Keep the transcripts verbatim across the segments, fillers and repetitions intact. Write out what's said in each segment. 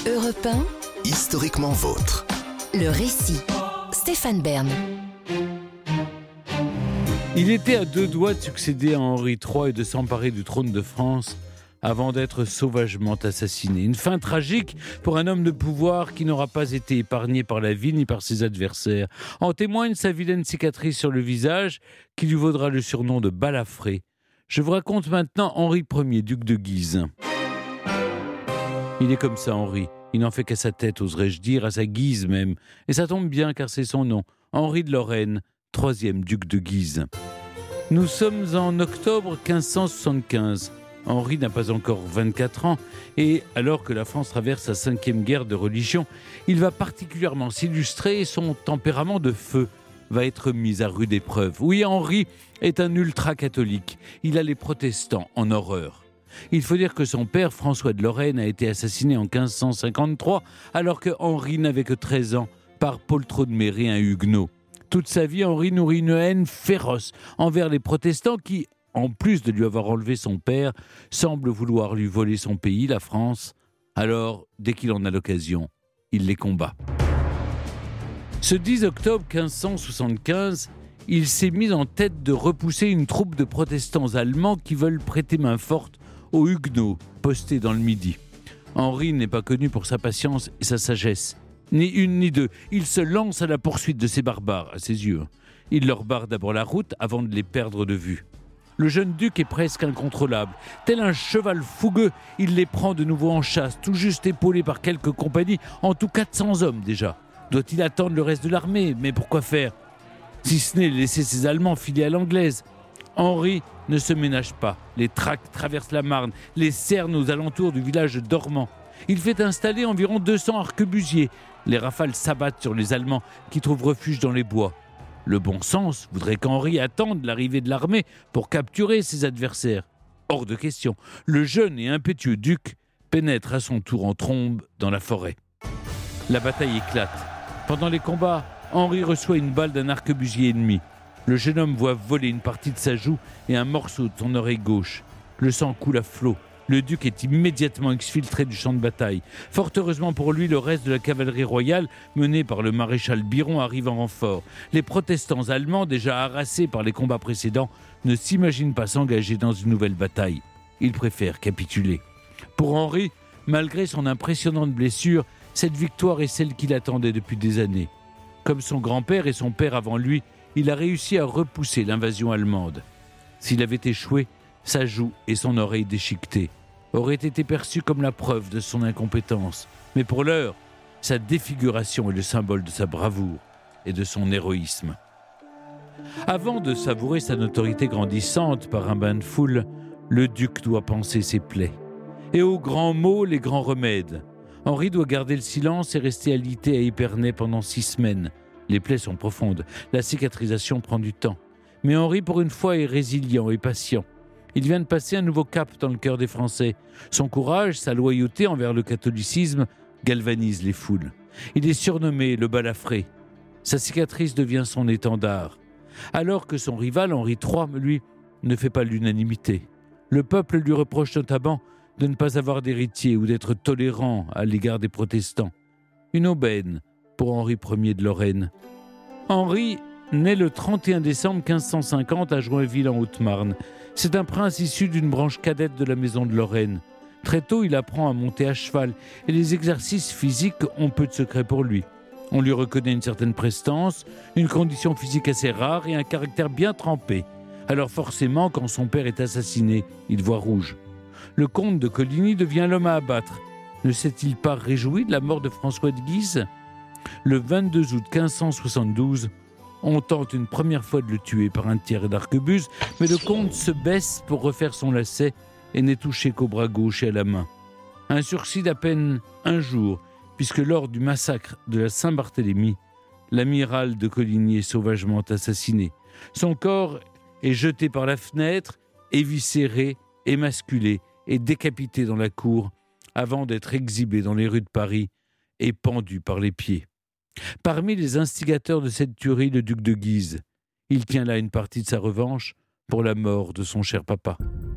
Europe un, Historiquement vôtre. le récit. Stéphane Bern. Il était à deux doigts de succéder à Henri trois et de s'emparer du trône de France avant d'être sauvagement assassiné. Une fin tragique pour un homme de pouvoir qui n'aura pas été épargné par la vie ni par ses adversaires. En témoigne sa vilaine cicatrice sur le visage qui lui vaudra le surnom de balafré. Je vous raconte maintenant Henri premier, duc de Guise. Il est comme ça, Henri. Il n'en fait qu'à sa tête, oserais-je dire, à sa guise même. Et ça tombe bien car c'est son nom. Henri de Lorraine, troisième duc de Guise. Nous sommes en octobre quinze cent soixante-quinze. Henri n'a pas encore vingt-quatre ans et alors que la France traverse sa cinquième guerre de religion, il va particulièrement s'illustrer et son tempérament de feu va être mis à rude épreuve. Oui, Henri est un ultra-catholique. Il a les protestants en horreur. Il faut dire que son père, François de Lorraine, a été assassiné en quinze cent cinquante-trois alors que Henri n'avait que treize ans par Poltrot de Méré, un huguenot. Toute sa vie, Henri nourrit une haine féroce envers les protestants qui, en plus de lui avoir enlevé son père, semblent vouloir lui voler son pays, la France. Alors, dès qu'il en a l'occasion, il les combat. Ce dix octobre quinze cent soixante-quinze, il s'est mis en tête de repousser une troupe de protestants allemands qui veulent prêter main forte aux huguenots postés dans le Midi. Henri n'est pas connu pour sa patience et sa sagesse. Ni une ni deux. Il se lance à la poursuite de ces barbares, à ses yeux. Il leur barre d'abord la route avant de les perdre de vue. Le jeune duc est presque incontrôlable. Tel un cheval fougueux, il les prend de nouveau en chasse, tout juste épaulé par quelques compagnies, en tout quatre cents hommes déjà. Doit-il attendre le reste de l'armée ? Mais pourquoi faire ? Si ce n'est laisser ses Allemands filer à l'anglaise. Henri ne se ménage pas. Les traques traversent la Marne, les cernent aux alentours du village de Dormans. Il fait installer environ deux cents arquebusiers. Les rafales s'abattent sur les Allemands qui trouvent refuge dans les bois. Le bon sens voudrait qu'Henri attende l'arrivée de l'armée pour capturer ses adversaires. Hors de question. Le jeune et impétueux duc pénètre à son tour en trombe dans la forêt. La bataille éclate. Pendant les combats, Henri reçoit une balle d'un arquebusier ennemi. Le jeune homme voit voler une partie de sa joue et un morceau de son oreille gauche. Le sang coule à flot. Le duc est immédiatement exfiltré du champ de bataille. Fort heureusement pour lui, le reste de la cavalerie royale, menée par le maréchal Biron, arrive en renfort. Les protestants allemands, déjà harassés par les combats précédents, ne s'imaginent pas s'engager dans une nouvelle bataille. Ils préfèrent capituler. Pour Henri, malgré son impressionnante blessure, cette victoire est celle qu'il attendait depuis des années. Comme son grand-père et son père avant lui, il a réussi à repousser l'invasion allemande. S'il avait échoué, sa joue et son oreille déchiquetée auraient été perçues comme la preuve de son incompétence. Mais pour l'heure, sa défiguration est le symbole de sa bravoure et de son héroïsme. Avant de savourer sa notoriété grandissante par un bain de foule, le duc doit panser ses plaies. Et aux grands mots, les grands remèdes. Henri doit garder le silence et rester alité à Épernay pendant six semaines. Les plaies sont profondes, la cicatrisation prend du temps. Mais Henri, pour une fois, est résilient et patient. Il vient de passer un nouveau cap dans le cœur des Français. Son courage, sa loyauté envers le catholicisme galvanisent les foules. Il est surnommé le balafré. Sa cicatrice devient son étendard. Alors que son rival, Henri trois, lui, ne fait pas l'unanimité. Le peuple lui reproche notamment de ne pas avoir d'héritier ou d'être tolérant à l'égard des protestants. Une aubaine pour Henri premier de Lorraine. Henri naît le trente et un décembre quinze cent cinquante à Joinville en Haute-Marne. C'est un prince issu d'une branche cadette de la maison de Lorraine. Très tôt, il apprend à monter à cheval et les exercices physiques ont peu de secret pour lui. On lui reconnaît une certaine prestance, une condition physique assez rare et un caractère bien trempé. Alors forcément, quand son père est assassiné, il voit rouge. Le comte de Coligny devient l'homme à abattre. Ne s'est-il pas réjoui de la mort de François de Guise ? Le vingt-deux août quinze cent soixante-douze, on tente une première fois de le tuer par un tir d'arquebuse, mais le comte se baisse pour refaire son lacet et n'est touché qu'au bras gauche et à la main. Un sursis d'à peine un jour, puisque lors du massacre de la Saint-Barthélemy, l'amiral de Coligny est sauvagement assassiné. Son corps est jeté par la fenêtre, éviscéré, émasculé et décapité dans la cour, avant d'être exhibé dans les rues de Paris et pendu par les pieds. Parmi les instigateurs de cette tuerie, le duc de Guise. Il tient là une partie de sa revanche pour la mort de son cher papa.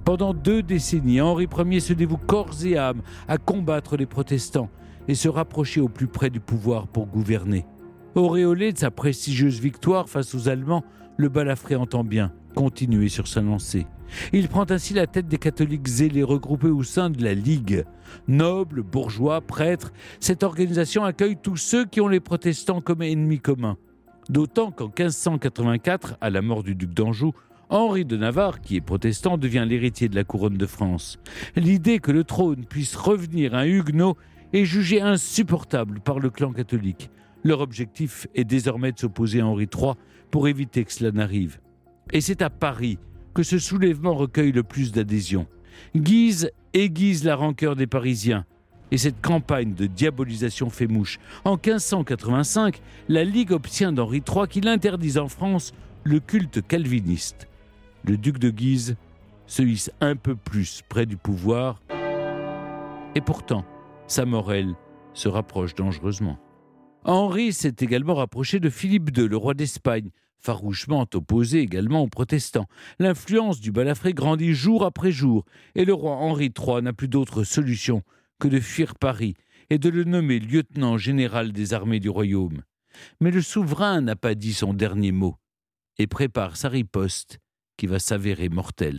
Pendant deux décennies, Henri Ier se dévoue corps et âme à combattre les protestants et se rapprocher au plus près du pouvoir pour gouverner. Auréolé de sa prestigieuse victoire face aux Allemands, le Balafré entend bien continuer sur sa lancée. Il prend ainsi la tête des catholiques zélés regroupés au sein de la Ligue. Nobles, bourgeois, prêtres, cette organisation accueille tous ceux qui ont les protestants comme ennemis communs. D'autant qu'en quinze cent quatre-vingt-quatre, à la mort du duc d'Anjou, Henri de Navarre, qui est protestant, devient l'héritier de la couronne de France. L'idée que le trône puisse revenir à un huguenot est jugée insupportable par le clan catholique. Leur objectif est désormais de s'opposer à Henri trois pour éviter que cela n'arrive. Et c'est à Paris que ce soulèvement recueille le plus d'adhésion. Guise aiguise la rancœur des Parisiens. Et cette campagne de diabolisation fait mouche. En quinze cent quatre-vingt-cinq, la Ligue obtient d'Henri trois qu'il interdise en France le culte calviniste. Le duc de Guise se hisse un peu plus près du pouvoir. Et pourtant, sa Morelle se rapproche dangereusement. Henri s'est également rapproché de Philippe deux, le roi d'Espagne, farouchement opposé également aux protestants. L'influence du Balafré grandit jour après jour et le roi Henri trois n'a plus d'autre solution que de fuir Paris et de le nommer lieutenant général des armées du royaume. Mais le souverain n'a pas dit son dernier mot et prépare sa riposte qui va s'avérer mortelle.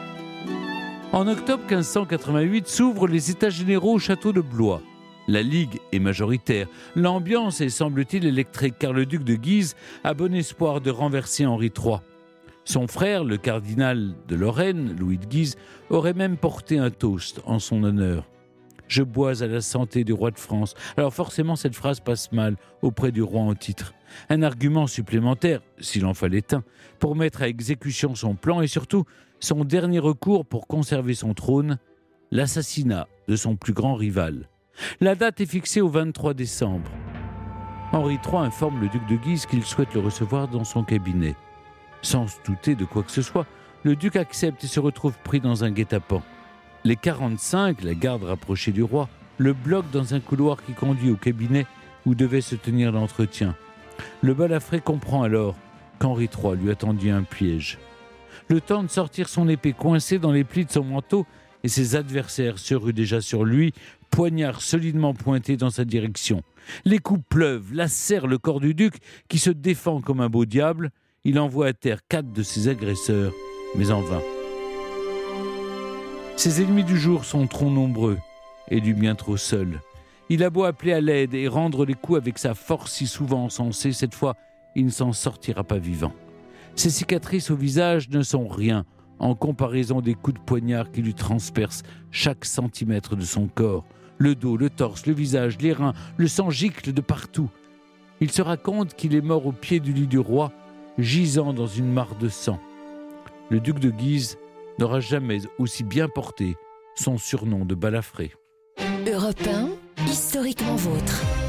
En octobre quinze cent quatre-vingt-huit s'ouvrent les États généraux au château de Blois. La Ligue est majoritaire. L'ambiance est, semble-t-il, électrique, car le duc de Guise a bon espoir de renverser Henri trois. Son frère, le cardinal de Lorraine, Louis de Guise, aurait même porté un toast en son honneur. « Je bois à la santé du roi de France ». Alors forcément, cette phrase passe mal auprès du roi en titre. Un argument supplémentaire, s'il en fallait un, pour mettre à exécution son plan et surtout son dernier recours pour conserver son trône, l'assassinat de son plus grand rival. La date est fixée au vingt-trois décembre. Henri trois informe le duc de Guise qu'il souhaite le recevoir dans son cabinet. Sans se douter de quoi que ce soit, le duc accepte et se retrouve pris dans un guet-apens. Les quarante-cinq, la garde rapprochée du roi, le bloquent dans un couloir qui conduit au cabinet où devait se tenir l'entretien. Le Balafré comprend alors qu'Henri trois lui a tendu un piège. Le temps de sortir son épée coincée dans les plis de son manteau et ses adversaires se ruent déjà sur lui, poignard solidement pointé dans sa direction. Les coups pleuvent, lacèrent le corps du duc qui se défend comme un beau diable. Il envoie à terre quatre de ses agresseurs, mais en vain. Ses ennemis du jour sont trop nombreux et lui bien trop seul. Il a beau appeler à l'aide et rendre les coups avec sa force si souvent encensée, cette fois, il ne s'en sortira pas vivant. Ses cicatrices au visage ne sont rien en comparaison des coups de poignard qui lui transpercent chaque centimètre de son corps. Le dos, le torse, le visage, les reins, le sang gicle de partout. Il se raconte qu'il est mort au pied du lit du roi, gisant dans une mare de sang. Le duc de Guise n'aura jamais aussi bien porté son surnom de Balafré. Europe un, historiquement vôtre.